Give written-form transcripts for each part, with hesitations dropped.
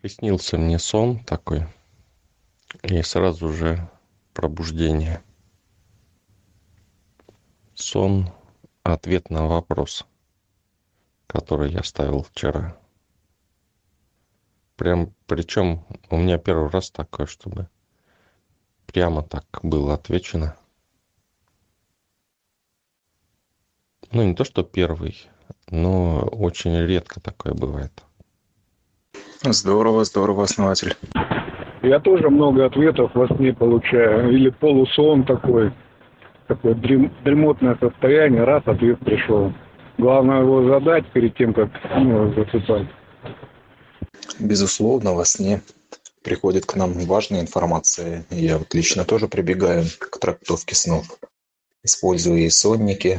Приснился мне сон такой, и сразу же пробуждение. Сон — ответ на вопрос, который я ставил вчера. Причем у меня первый раз такое, чтобы прямо так было отвечено. Ну, не то, что первый, но очень редко такое бывает. Здорово, здорово, основатель. Я тоже много ответов во сне получаю. Или полусон такой, такое дремотное состояние, раз ответ пришел. Главное его задать перед тем, как засыпать. Безусловно, во сне приходит к нам важная информация. Я вот лично тоже прибегаю к трактовке снов. Использую и сонники,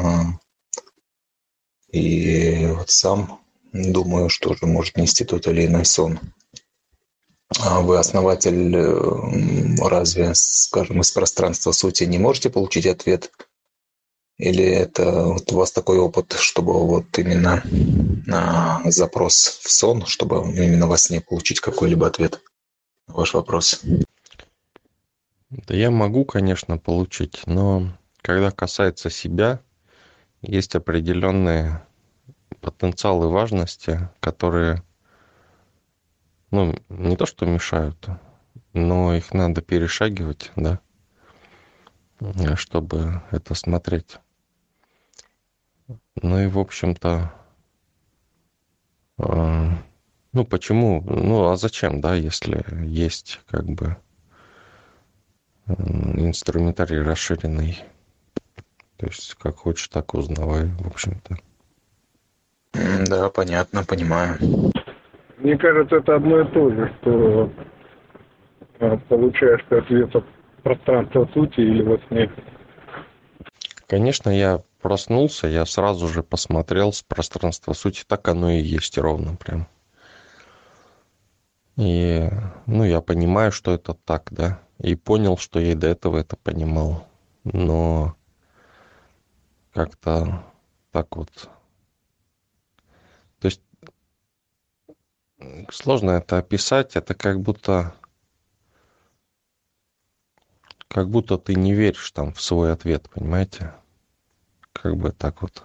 и вот сам думаю, что же может нести тот или иной сон. А вы, основатель, разве, скажем, из пространства сути не можете получить ответ? Или это вот у вас такой опыт, чтобы вот именно запрос в сон, чтобы именно во сне получить какой-либо ответ на ваш вопрос? Да я могу, конечно, получить, но когда касается себя, есть определенные потенциалы важности, которые, ну, не то что мешают, но их надо перешагивать, да, чтобы это смотреть. Ну и, в общем-то, ну почему, ну а зачем, да, если есть как бы инструментарий расширенный, то есть как хочешь, так узнавай, в общем-то. Да, понятно, понимаю. Мне кажется, это одно и то же, что получаешь ты ответ от пространства сути или во сне. Конечно, я проснулся, я сразу же посмотрел с пространства сути, так оно и есть ровно прям. И, ну, я понимаю, что это так, да, и понял, что я и до этого это понимал, но как-то так вот. То есть сложно это описать, это как будто ты не веришь там в свой ответ, понимаете? Как бы так вот.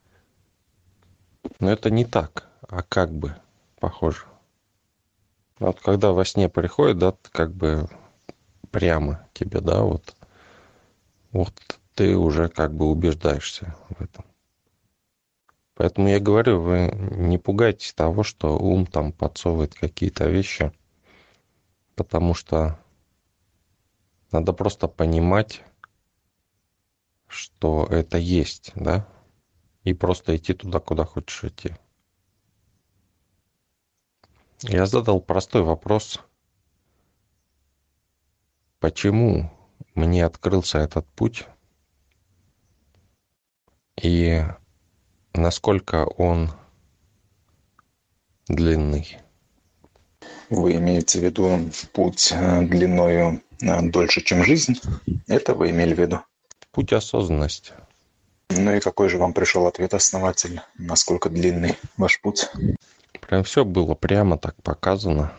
Но это не так, а как бы похоже. Вот когда во сне приходит, да, как бы прямо тебе, да, вот ты уже как бы убеждаешься в этом. Поэтому я говорю, вы не пугайтесь того, что ум там подсовывает какие-то вещи, потому что надо просто понимать, что это есть, да, и просто идти туда, куда хочешь идти. Я задал простой вопрос, почему мне открылся этот путь и насколько он длинный. Вы имеете в виду путь длиною дольше, чем жизнь? Это вы имели в виду? Путь осознанности. Ну и какой же вам пришел ответ, основатель? Насколько длинный ваш путь? Прям все было прямо так показано.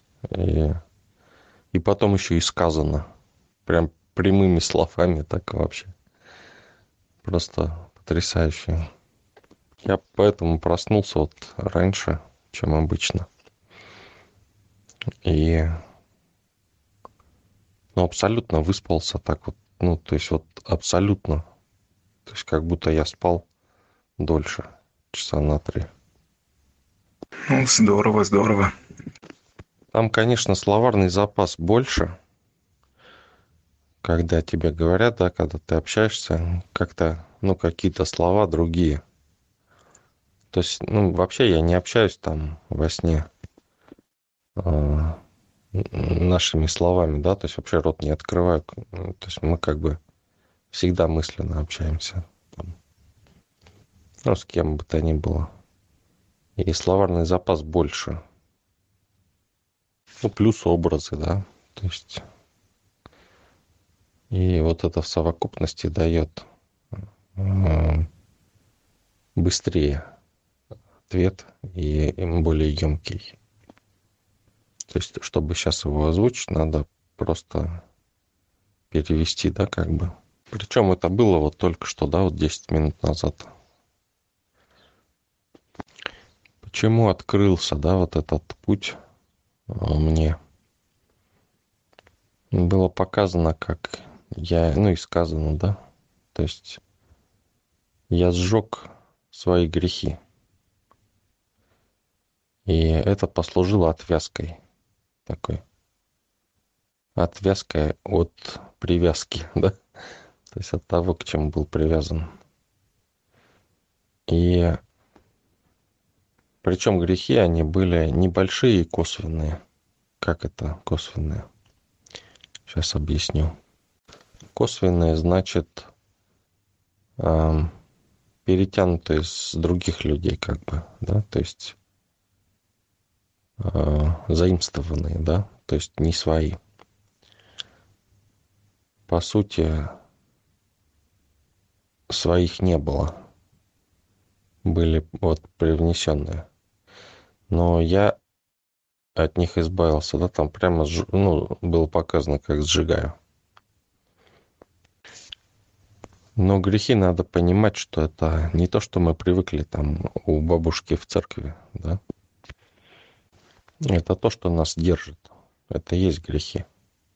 И потом еще и сказано. Прям прямыми словами так вообще. Просто потрясающе. Я поэтому проснулся вот раньше, чем обычно. И ну, абсолютно выспался так вот. Ну, то есть вот абсолютно. То есть как будто я спал дольше, часа на 3. Ну, здорово, здорово. Там, конечно, словарный запас больше, когда тебе говорят, да, когда ты общаешься, как-то, ну, какие-то слова другие. То есть, ну, вообще я не общаюсь там во сне нашими словами, да, то есть вообще рот не открываю. То есть мы как бы всегда мысленно общаемся. Ну, с кем бы то ни было. И словарный запас больше. Ну, плюс образы, да. То есть и вот это в совокупности дает быстрее ответ и более емкий. То есть, чтобы сейчас его озвучить, надо просто перевести, да, как бы. Причем это было вот только что, да, вот 10 минут назад. Почему открылся, да, вот этот путь мне? Было показано, как я, ну и сказано, да, то есть я сжег свои грехи. И это послужило отвязкой такой. Отвязкой от привязки, да? То есть от того, к чему был привязан. И причем грехи, они были небольшие и косвенные. Как это косвенные? Сейчас объясню. Косвенные значит перетянутые с других людей, как бы, да, то есть заимствованные, да, то есть не свои. По сути, своих не было. Были вот привнесенные. Но я от них избавился, да, там прямо, ну, было показано, как сжигаю. Но грехи надо понимать, что это не то, что мы привыкли там у бабушки в церкви, да. Это то, что нас держит. Это и есть грехи.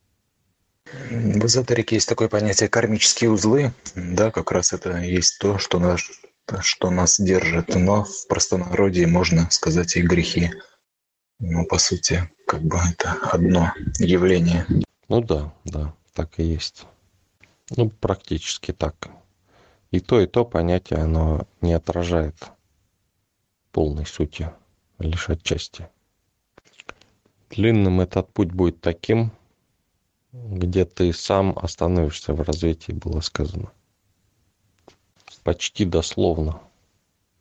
В эзотерике есть такое понятие кармические узлы, да, как раз это есть то, что нас держит, но в простонародье можно сказать и грехи. Но по сути, как бы это одно явление. Ну да, так и есть. Ну, практически так. И то понятие, оно не отражает полной сути, лишь отчасти. Длинным этот путь будет таким, где ты сам остановишься в развитии, было сказано. Почти дословно.